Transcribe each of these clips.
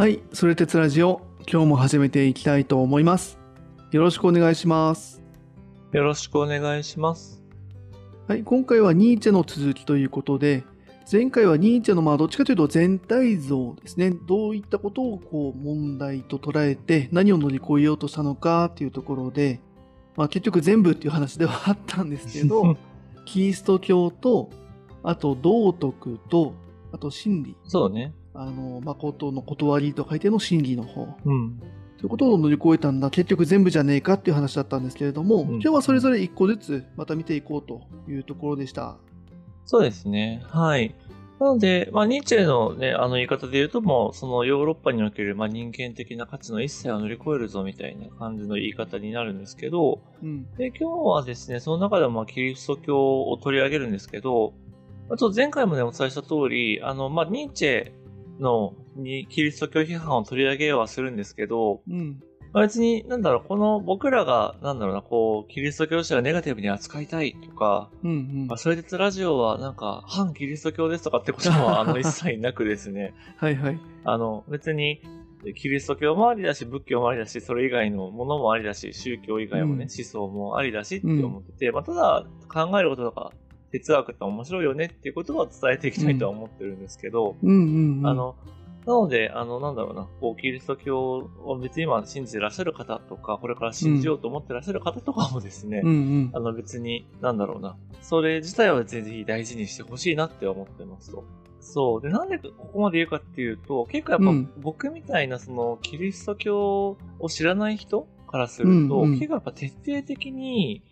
はい、それ鉄ラジオ、今日も始めていきたいと思います。よろしくお願いします。 よろしくお願いします。 はい、今回はニーチェの続きということで、前回はニーチェのどっちかというと全体像ですね。どういったことを問題と捉えて何を乗り越えようとしたのかっていうところで、結局全部っていう話ではあったんですけど、キリスト教と、あと道徳と、あと真理。 そうね。 誠の断りと書いての真理の方。 うん。 ということを乗り越えたんだ、結局全部じゃねえかっていう話だったんですけれども、今日はそれぞれ一個ずつまた見ていこうというところでした。 そうですね。はい。なので、ニーチェのね、言い方で言うともう、そのヨーロッパにおける、人間的な価値の一切を乗り越えるぞみたいな感じの言い方になるんですけど、で今日はですね、その中でもキリスト教を取り上げるんですけど、ちょっと前回もね、お伝えした通り、ニーチェのキリスト教批判を取り上げようはするんですけど、別に、この僕らが、キリスト教者がネガティブに扱いたいとか、それでラジオは反キリスト教ですとかってことは、一切なくですね。 はいはい。 別に、キリスト教もありだし、仏教もありだし、それ以外のものもありだし、宗教以外もね、思想もありだしって思ってて、ただ、考えることとか、哲学って面白いよねっていうことは伝えていきたいとは思ってるんですけど、なので、キリスト教を別に今信じてらっしゃる方とか、これから信じようと思ってらっしゃる方とかもですね、別に、それ自体はぜひ大事にしてほしいなって思ってますと。そう。で、なんでここまで言うかっていうと、結構やっぱ僕みたいなキリスト教を知らない人からすると、結構やっぱ徹底的に、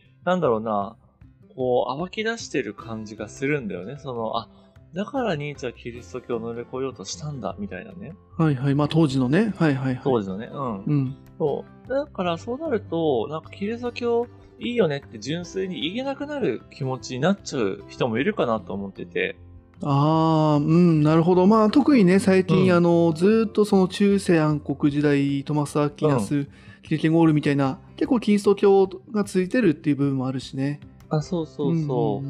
暴き出してる感じがするんだよね。だからニーチェはキリスト教を乗り越えようとしたんだ、みたいなね。 はいはい。当時のね。はいはいはい。 当時のね。そう。だからそうなると、キリスト教いいよねって純粋に言えなくなる気持ちになっちゃう人もいるかなと思ってて。 なるほど。特にね、最近、ずっとその中世暗黒時代、トマス・アキナス、キルケゴールみたいな、結構キリスト教がついてるっていう部分もあるしね。 そうそうそう。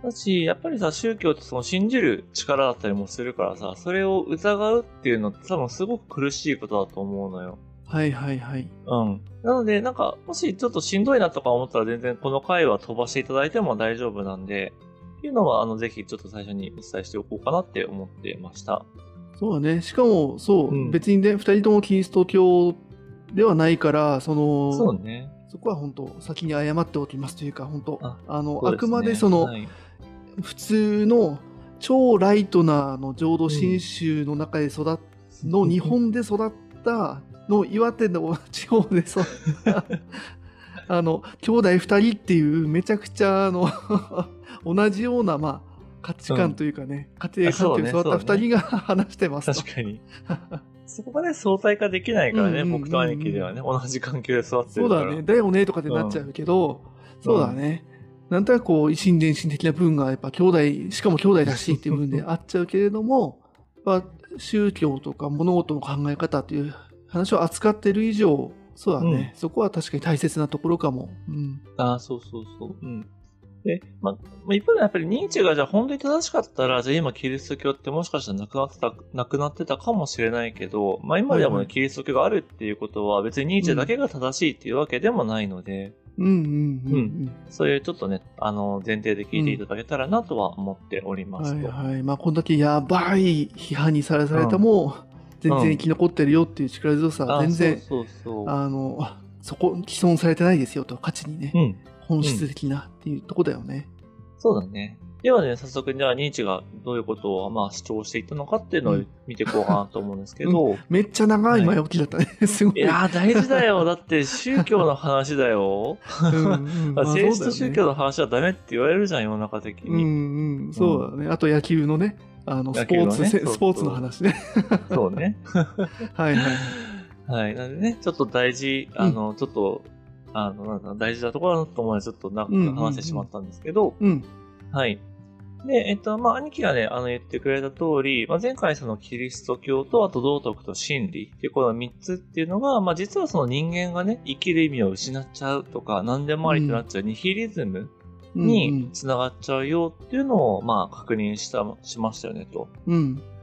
だし、やっぱりさ、宗教って信じる力だったりもするからさ、それを疑うっていうのって多分すごく苦しいことだと思うのよ。 はいはいはい。 なので、もしちょっとしんどいなとか思ったら全然この回は飛ばしていただいても大丈夫なんで、っていうのは、ぜひちょっと最初にお伝えしておこうかなって思ってました。 そうだね。しかも、別にね、二人ともキリスト教ではないから、 そうね。 そこは本当、先に謝っておきますというか、本当、 あくまで普通の超ライトな浄土真宗の中で日本で育った岩手の地方で育った兄弟二人っていうめちゃくちゃ同じような価値観というかね、家庭環境で育った二人が話してますと。 確かに。そこがね、相対化できないからね、僕と兄貴ではね、同じ環境で育ってるから。 そうだね、だよねとかってなっちゃうけど、そうだね。なんとなく維新伝心的な部分がやっぱ兄弟、しかも兄弟だしっていう部分であっちゃうけれども、宗教とか物事の考え方っていう話を扱っている以上、そうだね、そこは確かに大切なところかも。 そうそうそう。で、一方でやっぱりニーチェがじゃあ本当に正しかったら、じゃあ今キリスト教ってもしかしたらなくなってたかもしれないけど、今でもね、キリスト教があるっていうことは別にニーチェだけが正しいっていうわけでもないので、そういうちょっとね、前提で聞いていただけたらなとは思っておりますと。 こんだけやばい批判にさらされたも、全然生き残ってるよっていう力強さ、全然、そこ、既存されてないですよと、価値にね。本質的なっていうとこだよね。 そうだね。ではね、早速じゃあニーチェがどういうことを主張していったのかっていうのを見ていこうかなと思うんですけど。 めっちゃ長い前置きだったね。すごい。 いやー大事だよ。だって宗教の話だよ。政治と宗教の話はダメって言われるじゃん、世の中的に。 そうだね。あと野球のね、スポーツの話ね。 そうね。 はいはい。 はい。なんでね、ちょっと大事、ちょっと、大事なところだと思うので、ちょっと話してしまったんですけど、はい。で、兄貴がね、言ってくれた通り、前回キリスト教と、あと道徳と真理っていうこの3つっていうのが、実は人間がね、生きる意味を失っちゃうとか、何でもありとなっちゃうニヒリズムにつながっちゃうよっていうのを、確認しましたよねと。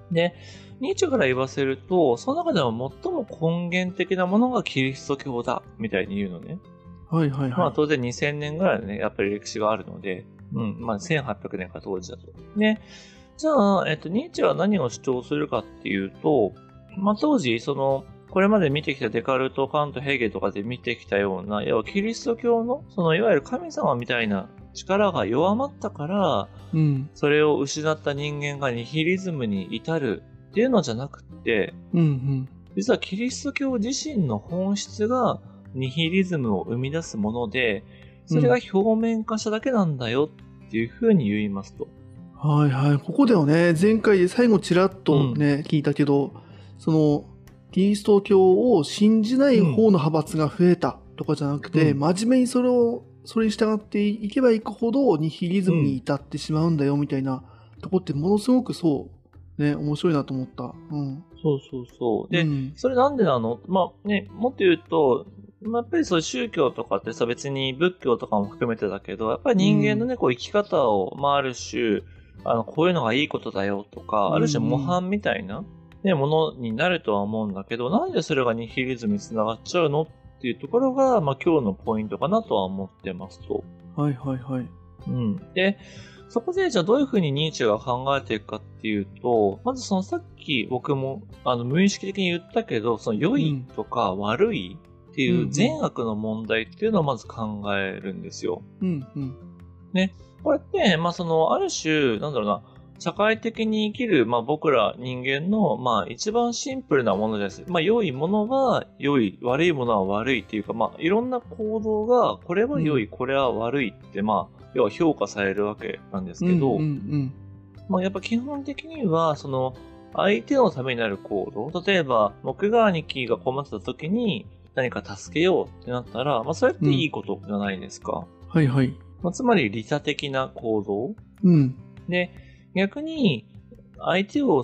で、ニーチェから言わせると、その中でも最も根源的なものがキリスト教だ、みたいに言うのね。 はいはいはい。 当然2000年ぐらいのね、やっぱり歴史があるので、1800年か当時だと。ね。じゃあ、ニーチェは何を主張するかっていうと、当時、これまで見てきたデカルト、カント、ヘーゲルとかで見てきたような、要はキリスト教の、いわゆる神様みたいな力が弱まったから、それを失った人間がニヒリズムに至るっていうのじゃなくて、実はキリスト教自身の本質がニヒリズムを生み出すもので、それが表面化しただけなんだよっていうふうに言いますと。 はいはい。ここではね、前回最後ちらっとね、聞いたけど、キリスト教を信じない方の派閥が増えたとかじゃなくて、真面目にそれに従っていけばいくほどニヒリズムに至ってしまうんだよみたいなとこってものすごく面白いなと思った。 そう。で、それなんでなの？もっと言うと、やっぱりそういう宗教とかってさ、別に仏教とかも含めてだけど、やっぱり人間のね、こう生き方を、ある種、こういうのがいいことだよとか、ある種模範みたいな、ね、ものになるとは思うんだけど、なんでそれがニヒリズムにつながっちゃうのっていうところが、今日のポイントかなとは思ってますと。 はいはいはい。 で、そこでじゃあどういうふうにニーチェが考えていくかっていうと、まずさっき僕も無意識的に言ったけど、良いとか悪いっていう善悪の問題っていうのをまず考えるんですよ。ね。これって、ある種、社会的に生きる、僕ら人間の、一番シンプルなものです。良いものは良い、悪いものは悪いっていうか、いろんな行動が、これは良い、これは悪いって、要は評価されるわけなんですけど、やっぱ基本的には、相手のためになる行動、例えば、僕が兄貴が困ってた時に何か助けようってなったら、それっていいことじゃないですか。 はいはい。 つまり利他的な行動。で、逆に、相手を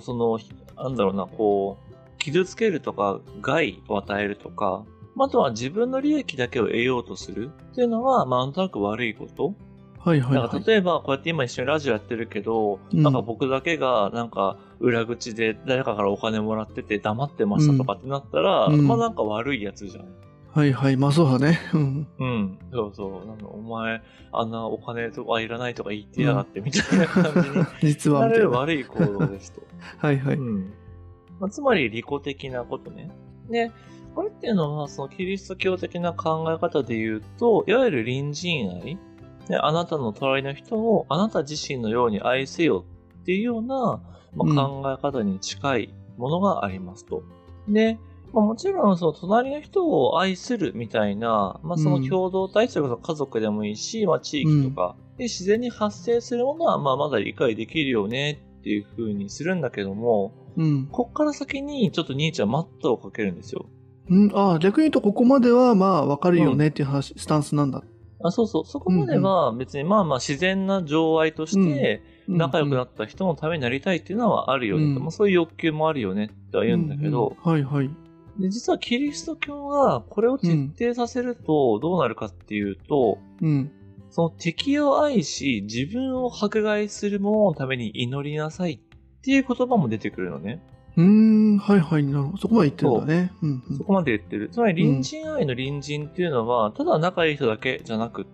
傷つけるとか、害を与えるとか、あとは自分の利益だけを得ようとするっていうのは、なんとなく悪いこと。 はいはいはい。 例えば、こうやって今一緒にラジオやってるけど、僕だけが、裏口で誰かからお金もらってて黙ってましたとかってなったら、悪いやつじゃん。 はいはい。そうだね。 そう。お前、あんなお金とかいらないとか言ってやがって、みたいな感じに実はなる悪い行動ですと。 はいはい。 つまり利己的なことね。で、これっていうのは、キリスト教的な考え方で言うと、いわゆる隣人愛。あなたの隣の人をあなた自身のように愛せよっていうような、考え方に近いものがありますと。で、もちろん隣の人を愛するみたいな、共同体、それこそ家族でもいいし、地域とかで自然に発生するものは、まだ理解できるよねっていう風にするんだけども、こっから先にちょっとニーチェはマットをかけるんですよ。 逆に言うとここまではわかるよねっていうスタンスなんだ。 そう。そこまでは別に自然な情愛として仲良くなった人のためになりたいっていうのはあるよねと。そういう欲求もあるよねっては言うんだけど、 はいはい。 で、実はキリスト教がこれを徹底させるとどうなるかっていうと、その敵を愛し自分を迫害する者のために祈りなさいっていう言葉も出てくるのね。 はいはい。なるほど。そこまで言ってるんだね。 そこまで言ってる。つまり隣人愛の隣人っていうのは、ただ仲いい人だけじゃなくって、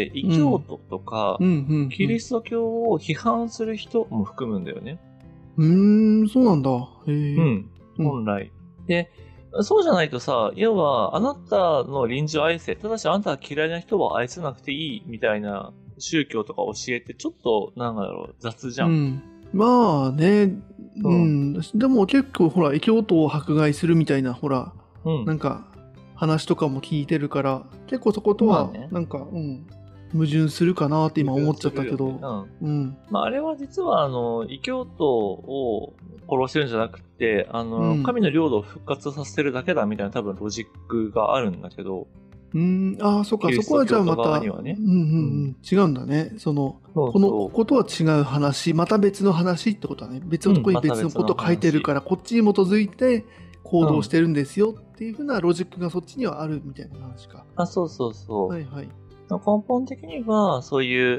異教徒とか、キリスト教を批判する人も含むんだよね。 そうなんだ。 本来。で、そうじゃないとさ、要は、あなたの隣人を愛せ、ただしあなたが嫌いな人は愛せなくていいみたいな宗教とか教えて、ちょっと、雑じゃん。 でも結構ほら、異教徒を迫害するみたいな、ほら、話とかも聞いてるから、結構そことは、矛盾するかなって今思っちゃったけど。 あれは実は、異教徒を殺してるんじゃなくて、神の領土を復活させるだけだみたいな多分ロジックがあるんだけど。 そっか、そこはじゃあまた、違うんだね。このことは違う話、また別の話ってことはね、別のとこに別のこと書いてるから、こっちに基づいて行動してるんですよっていうふうなロジックがそっちにはあるみたいな話か。 そう。 はいはい。 根本的には、そういう、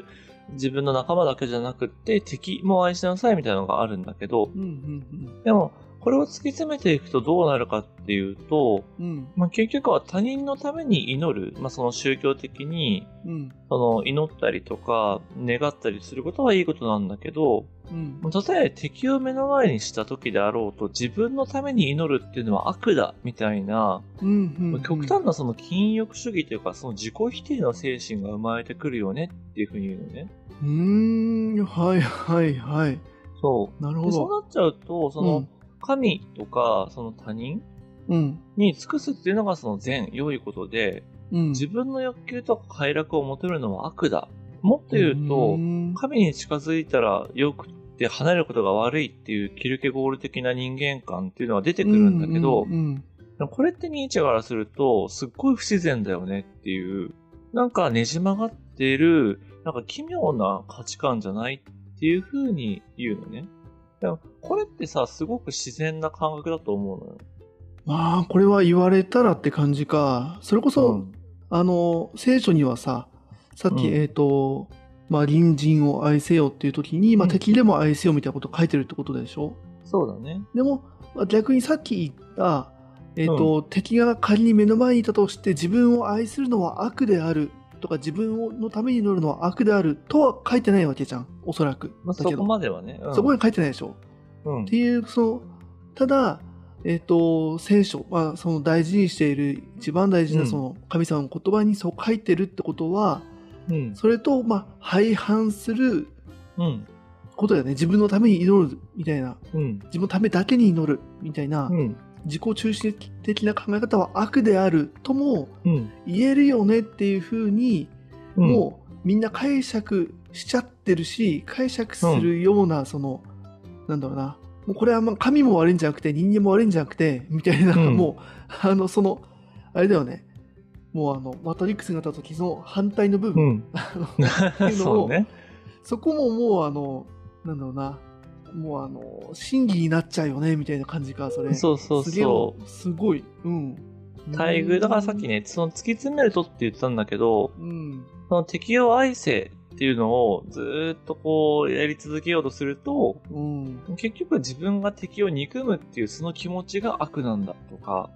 自分の仲間だけじゃなくって敵も愛しなさいみたいなのがあるんだけど、 うんうんでもこれを突き詰めていくとどうなるかっていうと、 うん結局は他人のために祈る、その宗教的にうん祈ったりとか願ったりすることはいいことなんだけど、 うん例えば敵を目の前にした時であろうと自分のために祈るっていうのは悪だみたいな、 うん極端なその禁欲主義というかその自己否定の精神が生まれてくるよねっていうふうに言うのね。 はいはいはい。 そう。 なるほど。 でそうなっちゃうと、その、 うん神とかその他人うんに尽くすっていうのがその善、良いことで、 うん。 自分の欲求とか快楽を求めるのは悪だ。もっと言うと、神に近づいたら良くて離れることが悪いっていうキルケゴール的な人間観っていうのは出てくるんだけど、でもこれってニーチェからすると、すっごい不自然だよねっていう、なんかねじ曲がっている、なんか奇妙な価値観じゃないっていう風に言うのね。でもこれってさ、すごく自然な感覚だと思うのよ。 まあ、これは言われたらって感じか。それこそ、聖書にはさっき、隣人を愛せよっていう時に、敵でも愛せよみたいなこと書いてるってことでしょ。 そうだね。 でも、逆にさっき言った、敵が仮に目の前にいたとして自分を愛するのは悪であるとか自分のために祈るのは悪であるとは書いてないわけじゃん、おそらく。 そこまではね。 そこに書いてないでしょ。っていう、ただ、聖書、その大事にしている一番大事なその神様の言葉にそう書いてるってことは、それと相反することだよね。自分のために祈るみたいな、自分のためだけに祈るみたいな、自己中心的な考え方は悪であるとも言えるよねっていうふうに、もうみんな解釈しちゃってるし、解釈するようななんだろうな、もうこれは神も悪いんじゃなくて人間も悪いんじゃなくてみたいな、もうあれだよね、もうマトリックスになった時の反対の部分、っていうのをそこももうなんだろうな、もう真偽になっちゃうよねみたいな感じか、それ。 そうすごい。 待遇だからさっきね、その突き詰めるとって言ってたんだけど、その敵を愛せっていうのをずーっとこうやり続けようとすると、結局自分が敵を憎むっていうその気持ちが悪なんだとか、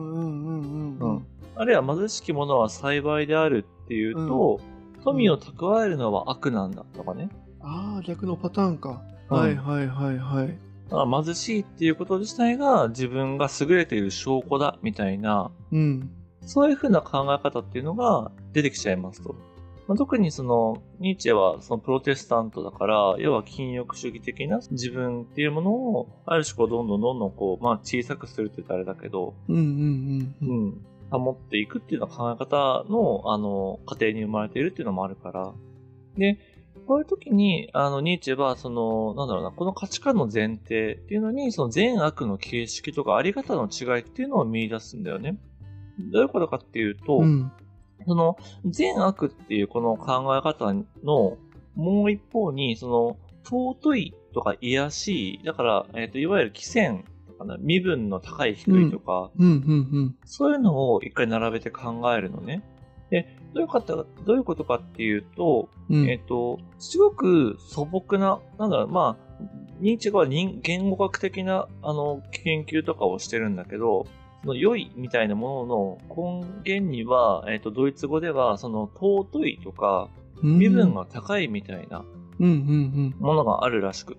あるいは貧しき者は幸いであるっていうと、富を蓄えるのは悪なんだとかね。 逆のパターンか。はいはいはいはい。 貧しいっていうこと自体が自分が優れている証拠だみたいな、そういう風な考え方っていうのが出てきちゃいますと。特にニーチェはプロテスタントだから、要は禁欲主義的な自分っていうものを、ある種どんどんこう、小さくするって言ったらあれだけど、保っていくっていうような考え方の、過程に生まれているっていうのもあるから。で、こういう時に、ニーチェは、なんだろうな、この価値観の前提っていうのに、善悪の形式とかあり方の違いっていうのを見出すんだよね。どういうことかっていうと、善悪っていうこの考え方のもう一方に、尊いとか卑しい、だから、いわゆる貴賤とか、身分の高い低いとか、そういうのを一回並べて考えるのね。で、どういうことかっていうと、すごく素朴な、ニーチェは言語学的な、研究とかをしてるんだけど、良いみたいなものの根源には、ドイツ語では、尊いとか、身分が高いみたいなものがあるらしくって、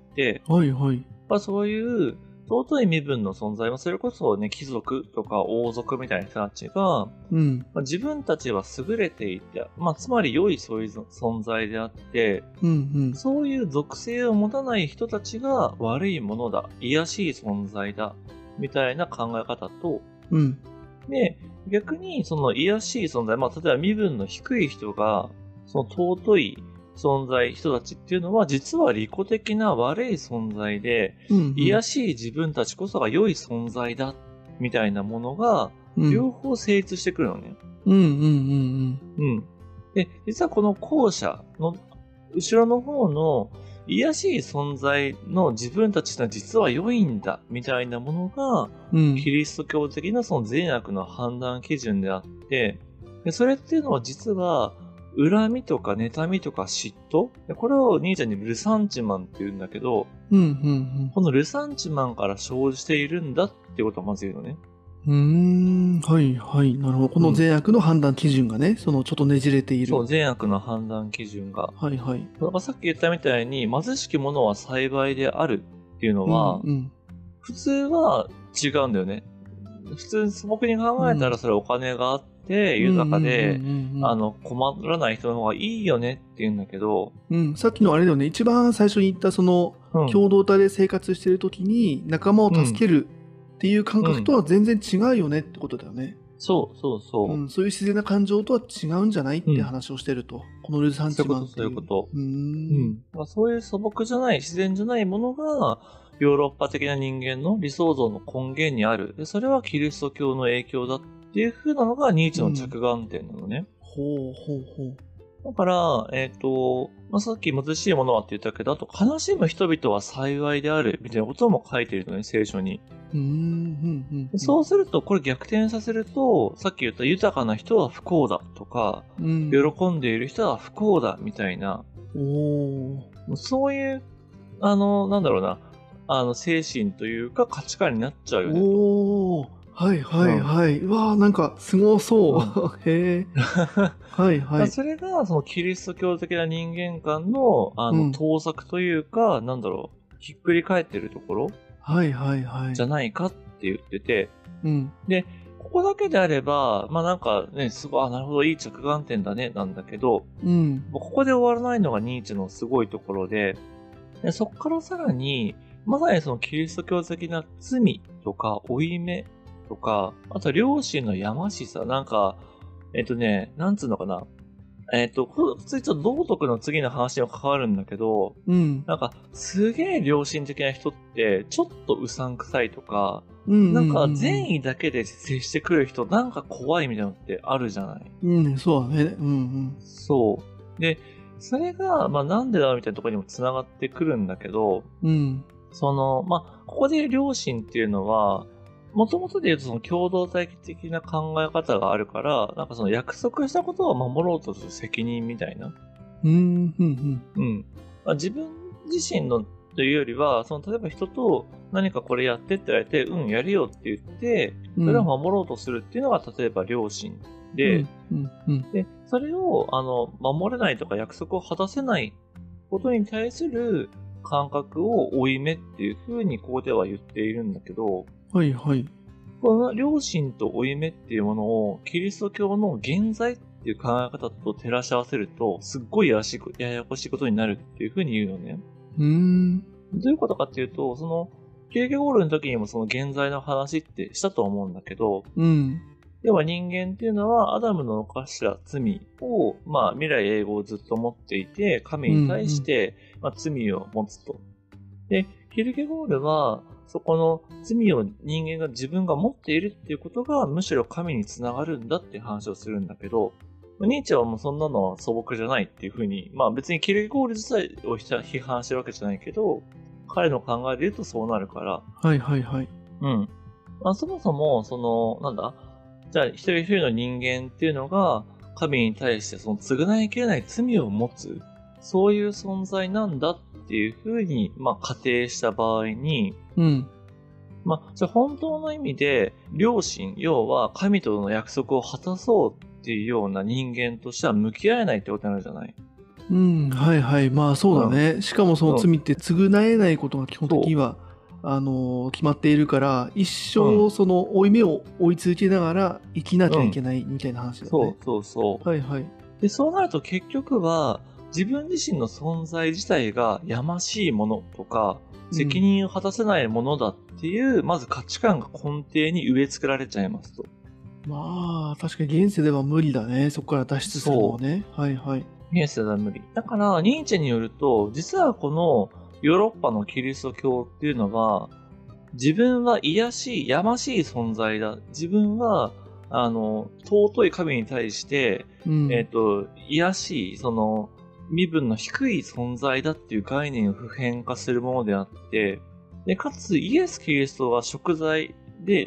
そういう尊い身分の存在は、それこそね、貴族とか王族みたいな人たちが、自分たちは優れていて、つまり良いそういう存在であって、そういう属性を持たない人たちが悪いものだ、卑しい存在だ、みたいな考え方と、で、逆にその卑しい存在、例えば身分の低い人が、尊い存在、人たちっていうのは、実は利己的な悪い存在で、卑しい自分たちこそが良い存在だ、みたいなものが、両方成立してくるのね。で、実はこの後者の、後ろの方の、卑しい存在の自分たちが実は良いんだみたいなものが、キリスト教的な善悪の判断基準であって、でそれっていうのは実は恨みとか妬みとか嫉妬、これをニーチェにルサンチマンって言うんだけど、このルサンチマンから生じているんだってことをまず言うのね。 はいはい。なるほど。この善悪の判断基準がね、ちょっとねじれている。 そう、善悪の判断基準が。 はいはい。 だからさっき言ったみたいに、貧しき者は幸いであるっていうのは、普通は違うんだよね。普通、素朴に考えたらそれお金があって、豊かで、困らない人の方がいいよねって言うんだけど。 さっきのあれだよね、一番最初に言った共同体で生活してる時に仲間を助けるっていう感覚とは全然違うよねってことだよね。 そう。そういう自然な感情とは違うんじゃないって話をしてると。このルサンチマンっていう。 そういうこと。そういう素朴じゃない、自然じゃないものが、ヨーロッパ的な人間の理想像の根源にある。でそれはキリスト教の影響だっていう風なのがニーチェの着眼点なのね。だから、さっき貧しいものはって言ったけど、あと悲しむ人々は幸いであるみたいなことも書いているのね、聖書に。そうすると、これ逆転させると、さっき言った豊かな人は不幸だとか、喜んでいる人は不幸だみたいな、そういう、なんだろうな、精神というか価値観になっちゃうよね。 はいはいはい。わあ、なんかすごそう。へえ。はいはい。 それが、そのキリスト教的な人間観の、盗作というか、なんだろう、ひっくり返ってるところじゃないかって言ってて、で、ここだけであれば、なんかね、すごい、なるほど、いい着眼点だね、なんだけど、ここで終わらないのがニーチェのすごいところで、そこからさらに、まさにそのキリスト教的な罪とか、負い目とか、あとは良心のやましさ、なんか、なんつうのかな。普通にちょっと道徳の次の話にも関わるんだけど、なんか、すげえ良心的な人って、ちょっとうさんくさいとか、なんか善意だけで接してくる人、なんか怖いみたいなのってあるじゃない。 そうだね。 そう。で、それが、なんでだみたいなところにも繋がってくるんだけど、ここで良心っていうのは、もともとで言うとその共同体的な考え方があるから、なんかその約束したことを守ろうとする責任みたいな。自分自身のというよりは、例えば人と何かこれやってって言われて、やるよって言って、それを守ろうとするっていうのが、例えば良心で、で、それを、守れないとか約束を果たせないことに対する感覚を負い目っていう風にここでは言っているんだけど、 はいはい。 この良心と負い目っていうものをキリスト教の現在っていう考え方と照らし合わせると、すっごいややこしいことになるっていう風に言うのね。どういうことかっていうと、キルケゴールの時にもその現在の話ってしたと思うんだけど、要は人間っていうのはアダムの犯した罪を、未来永劫ずっと持っていて、神に対して、罪を持つと。で、キルケゴールは、そこの罪を人間が自分が持っているっていうことがむしろ神につながるんだっていう話をするんだけど、ニーチェはもうそんなのは素朴じゃないっていうふうに、別にキルケゴール自体を批判してるわけじゃないけど、彼の考えで言うとそうなるから。 はいはいはい。 そもそも、じゃあ一人一人の人間っていうのが神に対してその償いきれない罪を持つ、そういう存在なんだっていうふうに、仮定した場合に、じゃあ本当の意味で、良心、要は神との約束を果たそうっていうような人間としては向き合えないってことになるじゃない。 はいはい。そうだね。しかもその罪って償えないことが基本的には、決まっているから、一生その負い目を追い続けながら生きなきゃいけないみたいな話だよね。 そう。 はいはい。 で、そうなると結局は、自分自身の存在自体がやましいものとか、責任を果たせないものだっていう、まず価値観が根底に植え付けられちゃいますと。 確かに現世では無理だね。そこから脱出するのはね。はいはい。 現世では無理。だから、ニーチェによると、実はこのヨーロッパのキリスト教っていうのは、自分はやましい存在だ。自分は、尊い神に対して、しい、身分の低い存在だっていう概念を普遍化するものであって、で、かつイエス・キリストは贖罪で、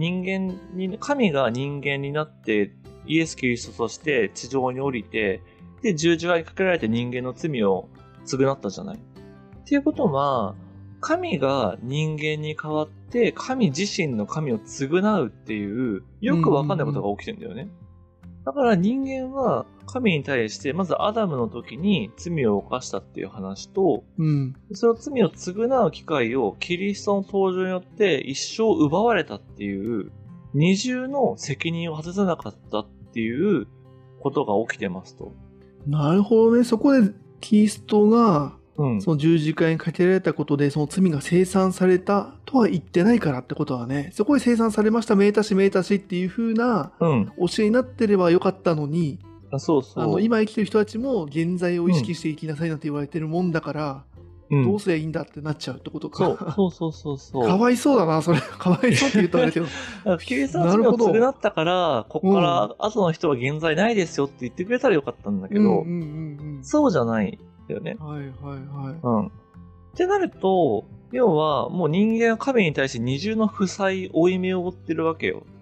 神が人間になって、イエス・キリストとして地上に降りて、 で十字架にかけられて人間の罪を償ったじゃない。っていうことは、神が人間に代わって神自身の神を償うっていう、よくわかんないことが起きてんだよね。だから人間は神に対してまずアダムの時に罪を犯したっていう話と、その罪を償う機会をキリストの登場によって一生奪われたっていう二重の責任を果たせなかったっていうことが起きてますと。 なるほどね。そこでキリストがその十字架にかけられたことでその罪が清算されたとは言ってないからってことはね、そこで清算されました、めでたしめでたしっていう風な教えになってればよかったのに、今生きてる人たちも現在を意識して生きなさいなんて言われてるもんだから、どうすりゃいいんだってなっちゃうってことか。そう。かわいそうだな、それ。かわいそうって言ったんだけど。 キリストの罪を償ったから、ここから後の人は現在ないですよって言ってくれたらよかったんだけど、そうじゃないんだよね。ってなると、要はもう人間は神に対して二重の負債、負い目を負ってるわけよ。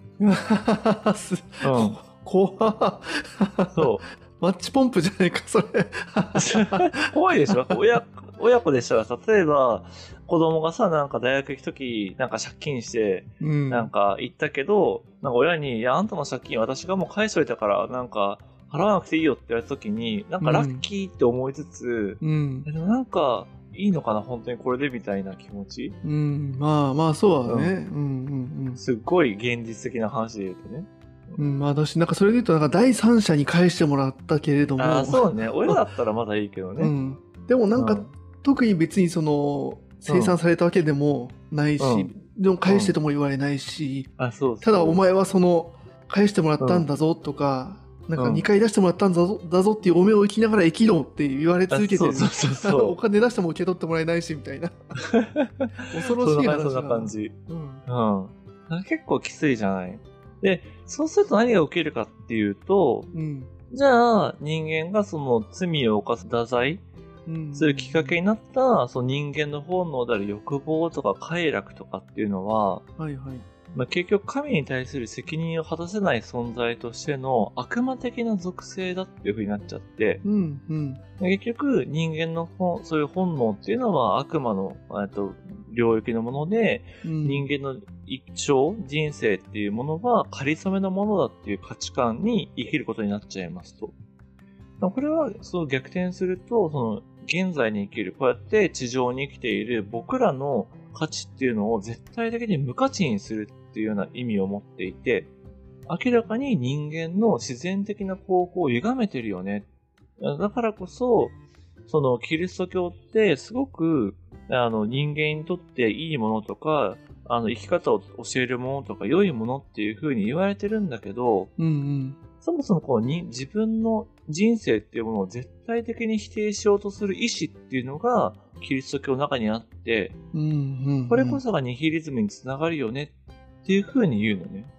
怖そう。マッチポンプじゃないか、それ。 怖いでしょ。親子でしたらさ、例えば、子供がさ、なんか大学行くとき、なんか借金して、なんか行ったけど、なんか親に、いや、あんたの借金私がもう返しといたから、なんか、払わなくていいよって言われたときに、なんかラッキーって思いつつ、でもなんか、いいのかな、本当にこれでみたいな気持ち。 まあ、そうだね。 すっごい現実的な話で言うとね。 私なんかそれで言うとなんか第三者に返してもらったけれども、 そうね、親だったらまだいいけどね。 でもなんか、特に別にその清算されたわけでもないし、でも返してとも言われないし、ただお前はその返してもらったんだぞとか、なんか2回出してもらったんだぞっていうお目を生きながら生きろって言われ続けてる。お金出しても受け取ってもらえないしみたいな。恐ろしい話だな。 そんな感じ。結構きついじゃない。で、そうすると何が起きるかっていうと、じゃあ人間がその罪を犯す太宰するきっかけになったその人間の本能である欲望とか快楽とかっていうのは、結局神に対する責任を果たせない存在としての悪魔的な属性だっていう風になっちゃって、結局人間のそういう本能っていうのは悪魔の領域のもので、人間の一生、人生っていうものは仮初めのものだっていう価値観に生きることになっちゃいますと。これはそう逆転すると、その現在に生きる、こうやって地上に生きている僕らの価値っていうのを絶対的に無価値にするっていうような意味を持っていて、明らかに人間の自然的な方向を歪めてるよね。だからこそ、そのキリスト教ってすごく人間にとっていいものとか、生き方を教えるものとか良いものっていう風に言われてるんだけど、そもそも自分の人生っていうものを絶対的に否定しようとする意志っていうのがキリスト教の中にあって、これこそがニヒリズムにつながるよねっていう風に言うのね。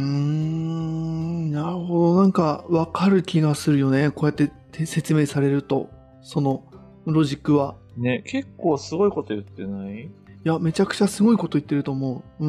なるほど。なんかわかる気がするよね。こうやって説明されると、そのロジックは。 ね、結構すごいこと言ってない？ いや、めちゃくちゃすごいこと言ってると思う。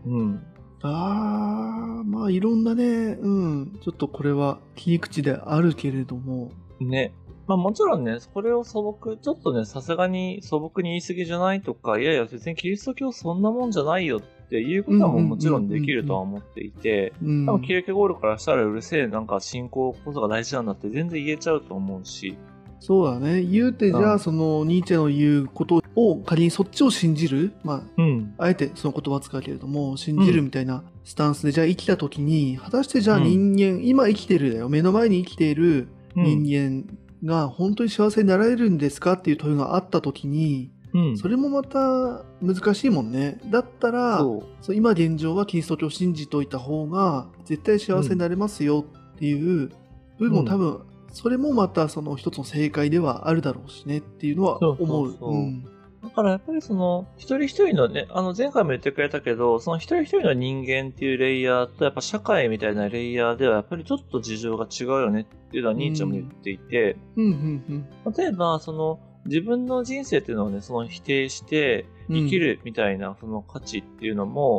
まあいろんなね、ちょっとこれは切り口であるけれども。 ね。まあもちろんね、これをちょっとね、さすがに素朴に言い過ぎじゃないとか、いやいや別にキリスト教そんなもんじゃないよっていうことはもちろんできるとは思っていて、多分キルケゴールからしたらうるせえ、なんか信仰こそが大事なんだって全然言えちゃうと思うし。 そうだね。言うてじゃあ、そのニーチェの言うことを仮にそっちを信じる、あえてその言葉を使うけれども信じるみたいなスタンスでじゃあ生きた時に、果たしてじゃあ人間、今生きてるだよ、目の前に生きている人間が本当に幸せになられるんですかっていう問いがあった時に、それもまた難しいもんね。だったら今現状はキリスト教を信じといた方が絶対幸せになれますよっていう部分も多分、それもまたその一つの正解ではあるだろうしねっていうのは思う。 だからやっぱりその一人一人のね、前回も言ってくれたけど、その一人一人の人間っていうレイヤーとやっぱ社会みたいなレイヤーではやっぱりちょっと事情が違うよねっていうのはニーチェも言っていて、例えばその自分の人生っていうのをね、その否定して生きるみたいなその価値っていうのも、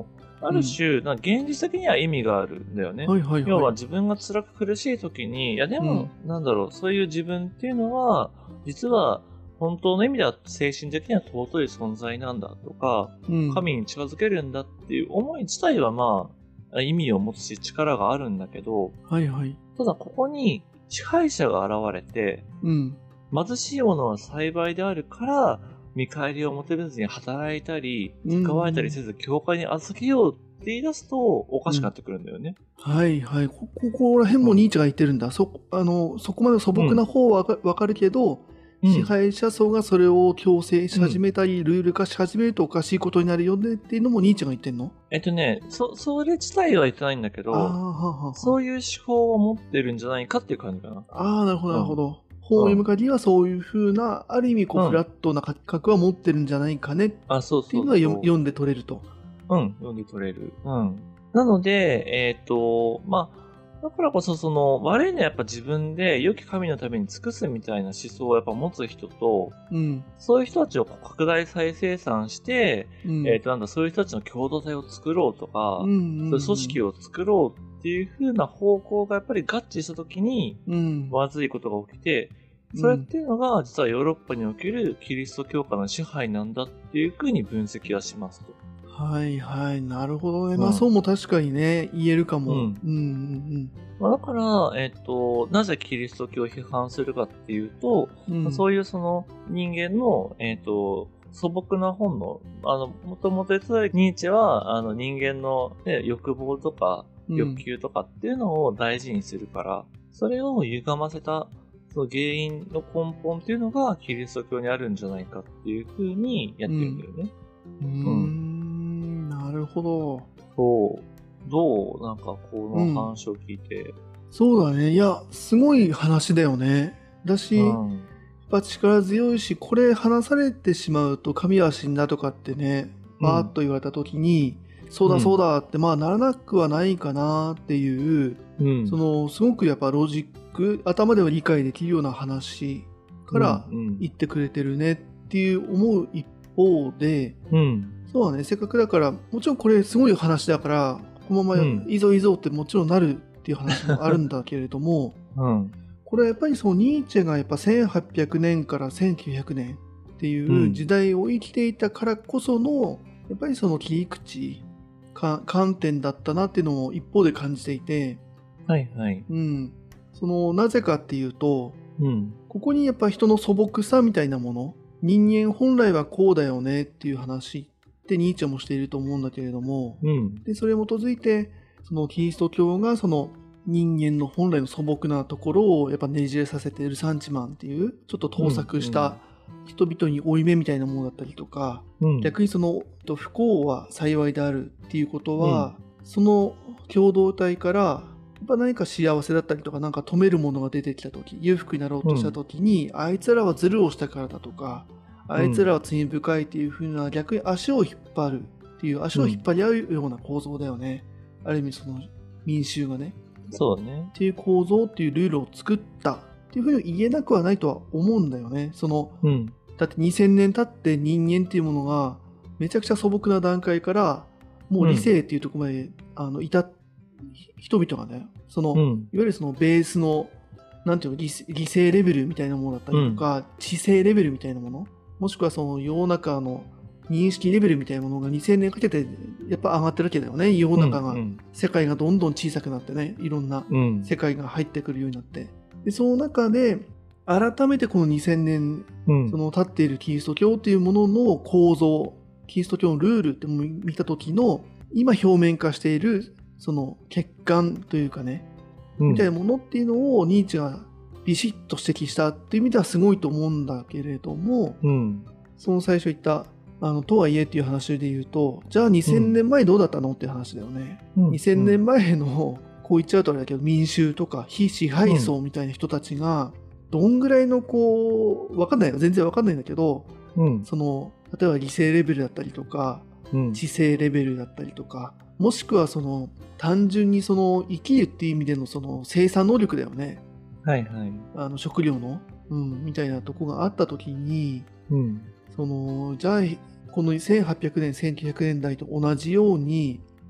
ある種、現実的には意味があるんだよね。 はいはい要ははい。 自分が辛く苦しい時に、いやでも、そういう自分っていうのは、実は本当の意味では精神的には尊い存在なんだとか、 うん。 神に近づけるんだっていう思い自体は意味を持つし力があるんだけど、 はいはい。 ただここに支配者が現れて、 うん。 貧しいものは幸いであるから、見返りを求めずに働いたり、使われたりせず、教会に預けようって言い出すと、おかしくなってくるんだよね。 はいはい。ここら辺もニーチェが言ってるんだ。そこまで素朴な方はわかるけど、支配者層がそれを強制し始めたり、ルール化し始めるとおかしいことになるよねっていうのもニーチェが言ってんの？ それ自体は言ってないんだけど、そういう思考を持ってるんじゃないかっていう感じかな。 なるほどなるほど。本を読む限りはそういう風な、ある意味フラットな感覚は持ってるんじゃないかねっていうのは読んで取れると。 読んで取れる。なので、だからこそ悪いのはやっぱ自分で良き神のために尽くすみたいな思想をやっぱ持つ人と、そういう人たちを拡大再生産して、そういう人たちの共同体を作ろうとか、そういう組織を作ろうっていう風な方向がやっぱり合致した時に、まずいことが起きて、それっていうのが実はヨーロッパにおけるキリスト教化の支配なんだっていう風に分析はしますと。 はいはい、なるほどね。そうも確かにね、言えるかも。 だから、なぜキリスト教を批判するかっていうと、そういう人間の、素朴な本能、もともと言ってたニーチェは、人間の、欲望とか欲求とかっていうのを大事にするから、それを歪ませた、その原因の根本っていうのがキリスト教にあるんじゃないかっていうふうにやってるんだよね。 なるほど。 そう。どうこの話を聞いて。 そうだね。いや、すごい話だよね。だし、やっぱ力強いし、これ話されてしまうと神は死んだとかってね、バーッと言われた時に、そうだそうだってならなくはないかなっていう、すごくやっぱロジック、頭では理解できるような話から言ってくれてるねっていう思う一方で、そうだね、せっかくだから、もちろんこれすごい話だから、このままいいぞいいぞってもちろんなるっていう話もあるんだけれども、これはやっぱりニーチェがやっぱ1800年から1900年っていう時代を生きていたからこその、やっぱり切り口、観点だったなっていうのを一方で感じていて、なぜかっていうと、ここにやっぱ人の素朴さみたいなもの、人間本来はこうだよねっていう話ってニーチェもしていると思うんだけれども、でそれに基づいてキリスト教が人間の本来の素朴なところをやっぱねじれさせてルサンチマンっていうちょっと盗作した人々に負い目みたいなものだったりとか、逆に不幸は幸いであるっていうことは、その共同体からやっぱ何か幸せだったりとか止めるものが出てきた時、裕福になろうとした時に、あいつらはズルをしたからだとか、あいつらは罪深いっていう風な、逆に足を引っ張るっていう、足を引っ張り合うような構造だよね。ある意味民衆がね。 そうね。 っていう構造っていうルールを作ったっていう風に言えなくはないとは思うんだよね。だって2000年経って人間っていうものがめちゃくちゃ素朴な段階からもう理性っていうところまで、いた人々がね、いわゆるベースのなんていうの、理性レベルみたいなものだったりとか、知性レベルみたいなもの、もしくは世の中の認識レベルみたいなものが2000年かけてやっぱ上がってるわけだよね。世の中が、世界がどんどん小さくなってね、いろんな世界が入ってくるようになって、でその中で改めてこの2000年、立っているキリスト教っていうものの構造、キリスト教のルールって見た時の今表面化している欠陥というかね、みたいなものっていうのをニーチェがビシッと指摘したっていう意味ではすごいと思うんだけれども、最初言ったとはいえっていう話で言うと、じゃあ2000年前どうだったのっていう話だよね。2000年前のこう言っちゃうとあれだけど、民衆とか非支配層みたいな人たちがどんぐらいの分かんないよ、全然分かんないんだけど、例えば理性レベルだったりとか、知性レベルだったりとか、もしくは単純に生きるっていう意味での生産能力だよね。食料の、みたいなとこがあった時に、じゃあこの1800年1900年代と同じように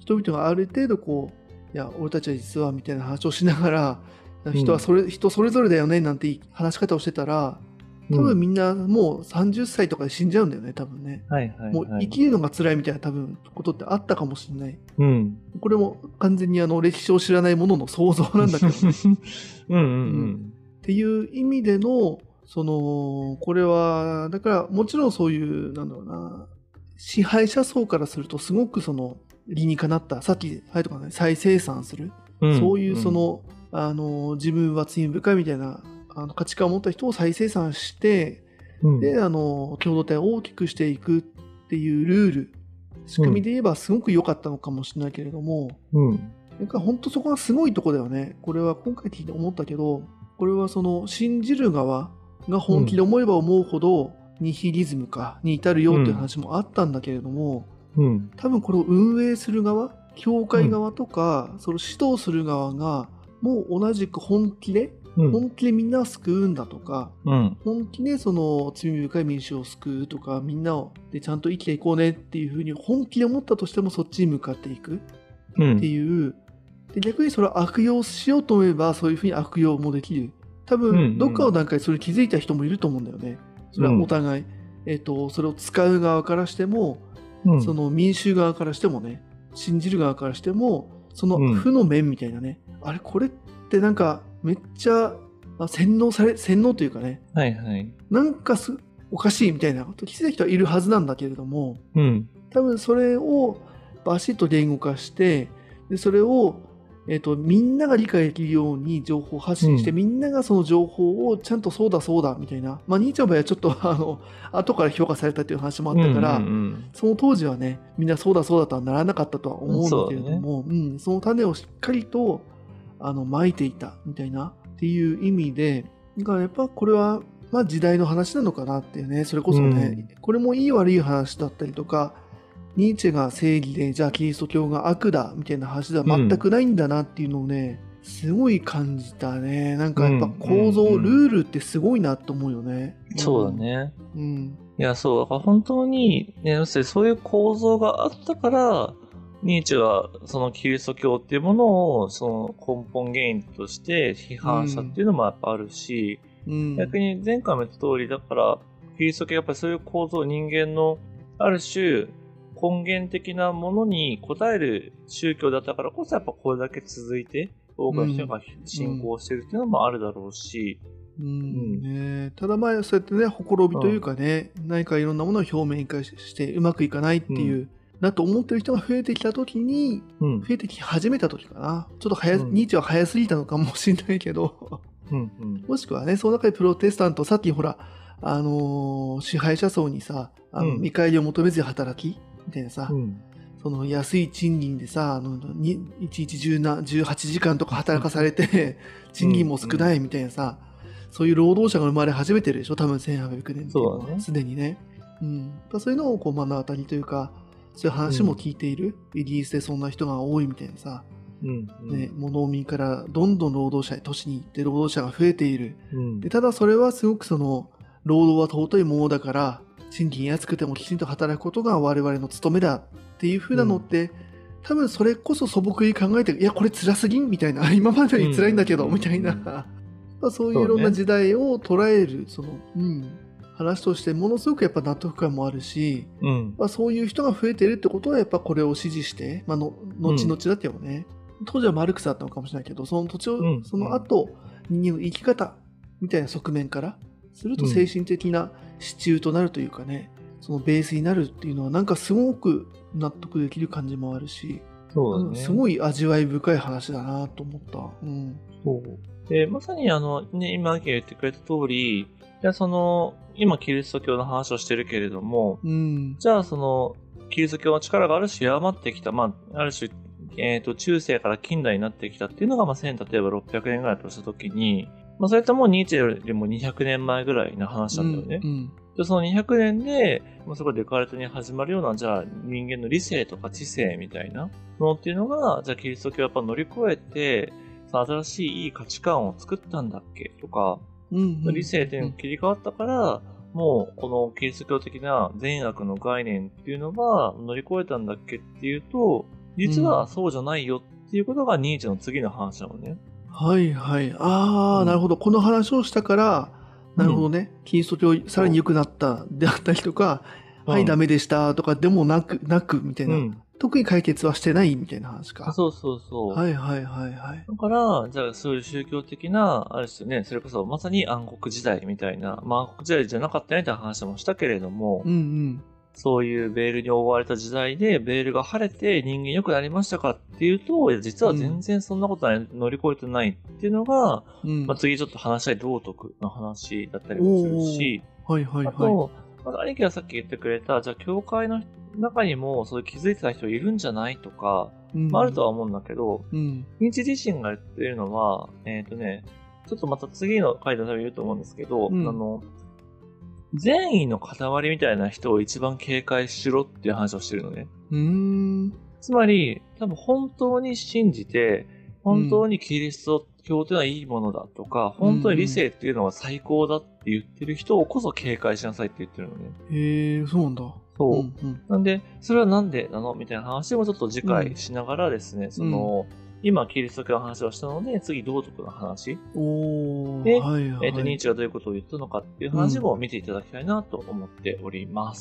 人々がある程度こう、いや、俺たちは実はみたいな話をしながら、人それぞれだよねなんて話し方をしてたら、多分みんなもう30歳とかで死んじゃうんだよね、多分ね。もう生きるのが辛いみたいな多分ことってあったかもしれない。これも完全に歴史を知らないものの想像なんだけどね。っていう意味での、これは、だからもちろんそういう、なんだろうな、支配者層からするとすごく理にかなった、さっき、とかね、再生産する、そういう自分は罪深いみたいな価値観を持った人を再生産して、で、共同体を大きくしていくっていうルール、仕組みで言えばすごく良かったのかもしれないけれども、なんか本当そこがすごいとこだよね。これは今回聞いて思ったけど、これは信じる側が本気で思えば思うほど、ニヒリズムに至るよっていう話もあったんだけれども、多分これを運営する側、教会側とか、その指導する側が、もう同じく本気でみんなを救うんだとか、本気で罪深い民衆を救うとか、みんなをでちゃんと生きていこうねっていうふうに本気で思ったとしてもそっちに向かっていくっていう、で逆にそれを悪用しようと思えばそういうふうに悪用もできる。多分どっかの段階でそれ気づいた人もいると思うんだよね。それはお互い、それを使う側からしても、その民衆側からしてもね、信じる側からしても、その負の面みたいなね、あれこれってなんかめっちゃ洗脳というかね、なんかおかしいみたいなこと気づいた人はいるはずなんだけれども、多分それをバシッと言語化して、でそれをみんなが理解できるように情報発信して、みんながその情報をちゃんとそうだみたいな、兄ちゃんの場合はちょっと後から評価されたという話もあったから、その当時はねみんなそうだとはならなかったとは思うんだけれども、その種をしっかりと撒いていたみたいなっていう意味で、だからやっぱこれは時代の話なのかなっていうね。それこそね、これもいい悪い話だったりとか、ニーチェが正義で、じゃあキリスト教が悪だみたいな話では全くないんだなっていうのをね、すごい感じたね。なんかやっぱ構造、ルールってすごいなと思うよね。 そうだね。いや、そう、だから本当に、ね、そういう構造があったから、ニーチェはそのキリスト教っていうものをその根本原因として批判したっていうのもやっぱあるし、逆に前回も言った通りだから、キリスト教はやっぱりそういう構造、人間のある種根源的なものに応える宗教だったからこそ、やっぱこれだけ続いて多くの人が信仰してるっていうのもあるだろうし、 ただそうやってね、ほころびというかね、何かいろんなものを表面化してうまくいかないっていう、だと思ってる人が増えてきた時に、増えてき始めた時かな。ちょっとニーチェは早すぎたのかもしれないけど、もしくはね、その中でプロテスタント、さっきほら、支配者層にさ、見返りを求めずに働きみたいなさ、その安い賃金でさ、1日18時間とか働かされて、賃金も少ないみたいなさ、そういう労働者が生まれ始めてるでしょ、多分1800年っていうのは、すでにね。そういうのをこう目の当たりというか、そういう話も聞いている。イギリスでそんな人が多いみたいなさ、もう農民からどんどん労働者へ都市に行って労働者が増えている。でただそれはすごく労働は尊いものだから、賃金安くてもきちんと働くことが我々の務めだっていう風なのって、多分それこそ素朴に考えて、いやこれ辛すぎんみたいな、今までに辛いんだけどみたいな、そういういろんな時代を捉える話としてものすごくやっぱ納得感もあるし、そういう人が増えてるってことはやっぱこれを支持して、後々だってもね、当時はマルクスだったのかもしれないけど、その土地を、その後人間の生き方みたいな側面からすると精神的な支柱となるというかね、そのベースになるっていうのはなんかすごく納得できる感じもあるし、すごい味わい深い話だなと思った。 そうでまさに今アキが言ってくれた通り、今キリスト教の話をしてるけれども、じゃあキリスト教の力がある種弱まってきた、ある種、中世から近代になってきたっていうのが、例えば600年ぐらいとしたときに、それってもうニーチェよりも200年前ぐらいの話なんだよね。でその200年で、そこでデカルトに始まるような、じゃあ人間の理性とか知性みたいなものっていうのが、じゃあキリスト教をやっぱ乗り越えて、新しいいい価値観を作ったんだっけとか、理性っていうのが切り替わったから、もうこのキリスト教的な善悪の概念っていうのが乗り越えたんだっけっていうと、 実はそうじゃないよっていうことがニーチェの次の話なのね。 はいはい。なるほど。この話をしたから、なるほどね。キリスト教さらに良くなったであったりとか、はい、ダメでしたとかでもなく、みたいな。特に解決はしてないみたいな話か。 そうそうそう。 はいはいはいはい。 だから、じゃあそういう宗教的な、ある種ね、それこそまさに暗黒時代みたいな、暗黒時代じゃなかったねって話もしたけれども、そういうベールに覆われた時代で、ベールが晴れて人間良くなりましたかっていうと、実は全然そんなことない、乗り越えてないっていうのが、次ちょっと話したい道徳の話だったりもするし、 はいはいはい。 あと、兄貴がさっき言ってくれた、じゃあ教会の中にもそういう気づいてた人いるんじゃないとか、あるとは思うんだけど、ニーチェ自身が言ってるのは、ちょっとまた次の回で多分言うと思うんですけど、善意の塊みたいな人を一番警戒しろっていう話をしてるのね。つまり、多分本当に信じて、本当にキリスト教というのはいいものだとか、本当に理性っていうのは最高だって言ってる人をこそ警戒しなさいって言ってるのね。 へえ、そうなんだ。 そう。なんで、それはなんでなのみたいな話もちょっと次回しながらですね、今、キリスト教の話をしたので、次、道徳の話。で、ニーチェがどういうことを言ったのかっていう話も見ていただきたいなと思っております。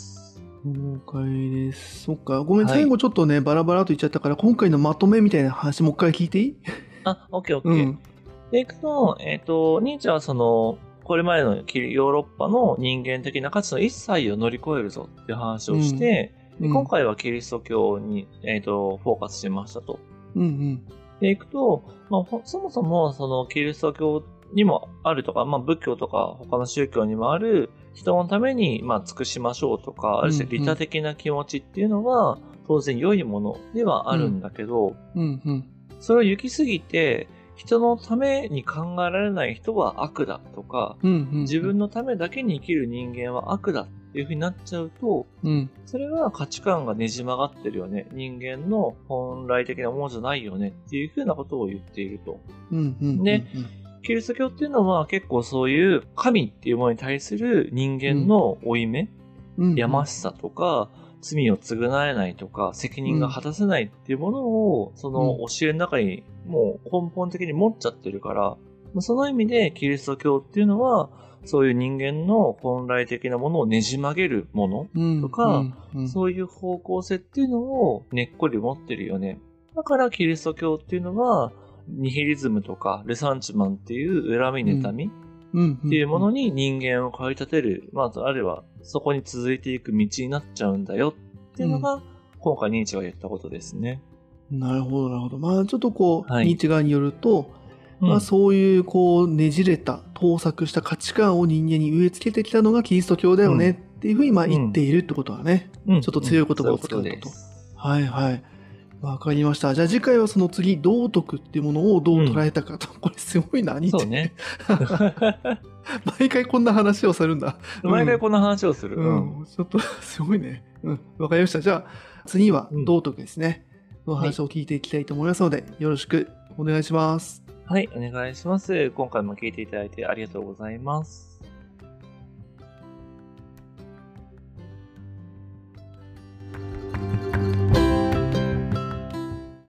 了解です。そっか。ごめん、最後ちょっとね、バラバラと言っちゃったから、今回のまとめみたいな話もう一回聞いていい？ オッケーオッケー。で、いくと、ニーチェはこれまでのヨーロッパの人間的な価値の一切を乗り越えるぞっていう話をして、今回はキリスト教に、フォーカスしましたと。でいくと、そもそもキリスト教にもあるとか、仏教とか他の宗教にもある人のために尽くしましょうとか、ある種利他的な気持ちっていうのは当然良いものではあるんだけど、それを行き過ぎて人のために考えられない人は悪だとか、自分のためだけに生きる人間は悪だっていう風になっちゃうと、それは価値観がねじ曲がってるよね。人間の本来的なものじゃないよねっていう風なことを言っていると。で、キリスト教っていうのは結構そういう神っていうものに対する人間の負い目、やましさとか、罪を償えないとか、責任が果たせないっていうものを、その教えの中にもう根本的に持っちゃってるから、その意味でキリスト教っていうのは、そういう人間の本来的なものをねじ曲げるものとか、そういう方向性っていうのを根っこに持ってるよね。だからキリスト教っていうのは、ニヒリズムとかレサンチマンっていう恨み妬みっていうものに人間を駆り立てる、あるいはそこに続いていく道になっちゃうんだよっていうのが、今回ニーチェが言ったことですね。 なるほど、なるほど。ちょっとニーチェ側によると、そういうねじれた、盗作した価値観を人間に植え付けてきたのがキリスト教だよねっていうふうに言っているってことはね、ちょっと強い言葉を使うと。はいはい。わかりました。じゃあ次回はその次、道徳っていうものをどう捉えたかと。これすごいな、ニーチェ。そうね。毎回こんな話をするんだ。 毎回こんな話をする。 ちょっとすごいね。わかりました。じゃあ次は道徳ですね。の話を聞いていきたいと思いますので、よろしくお願いします。 はい、お願いします。今回も聞いていただいてありがとうございます。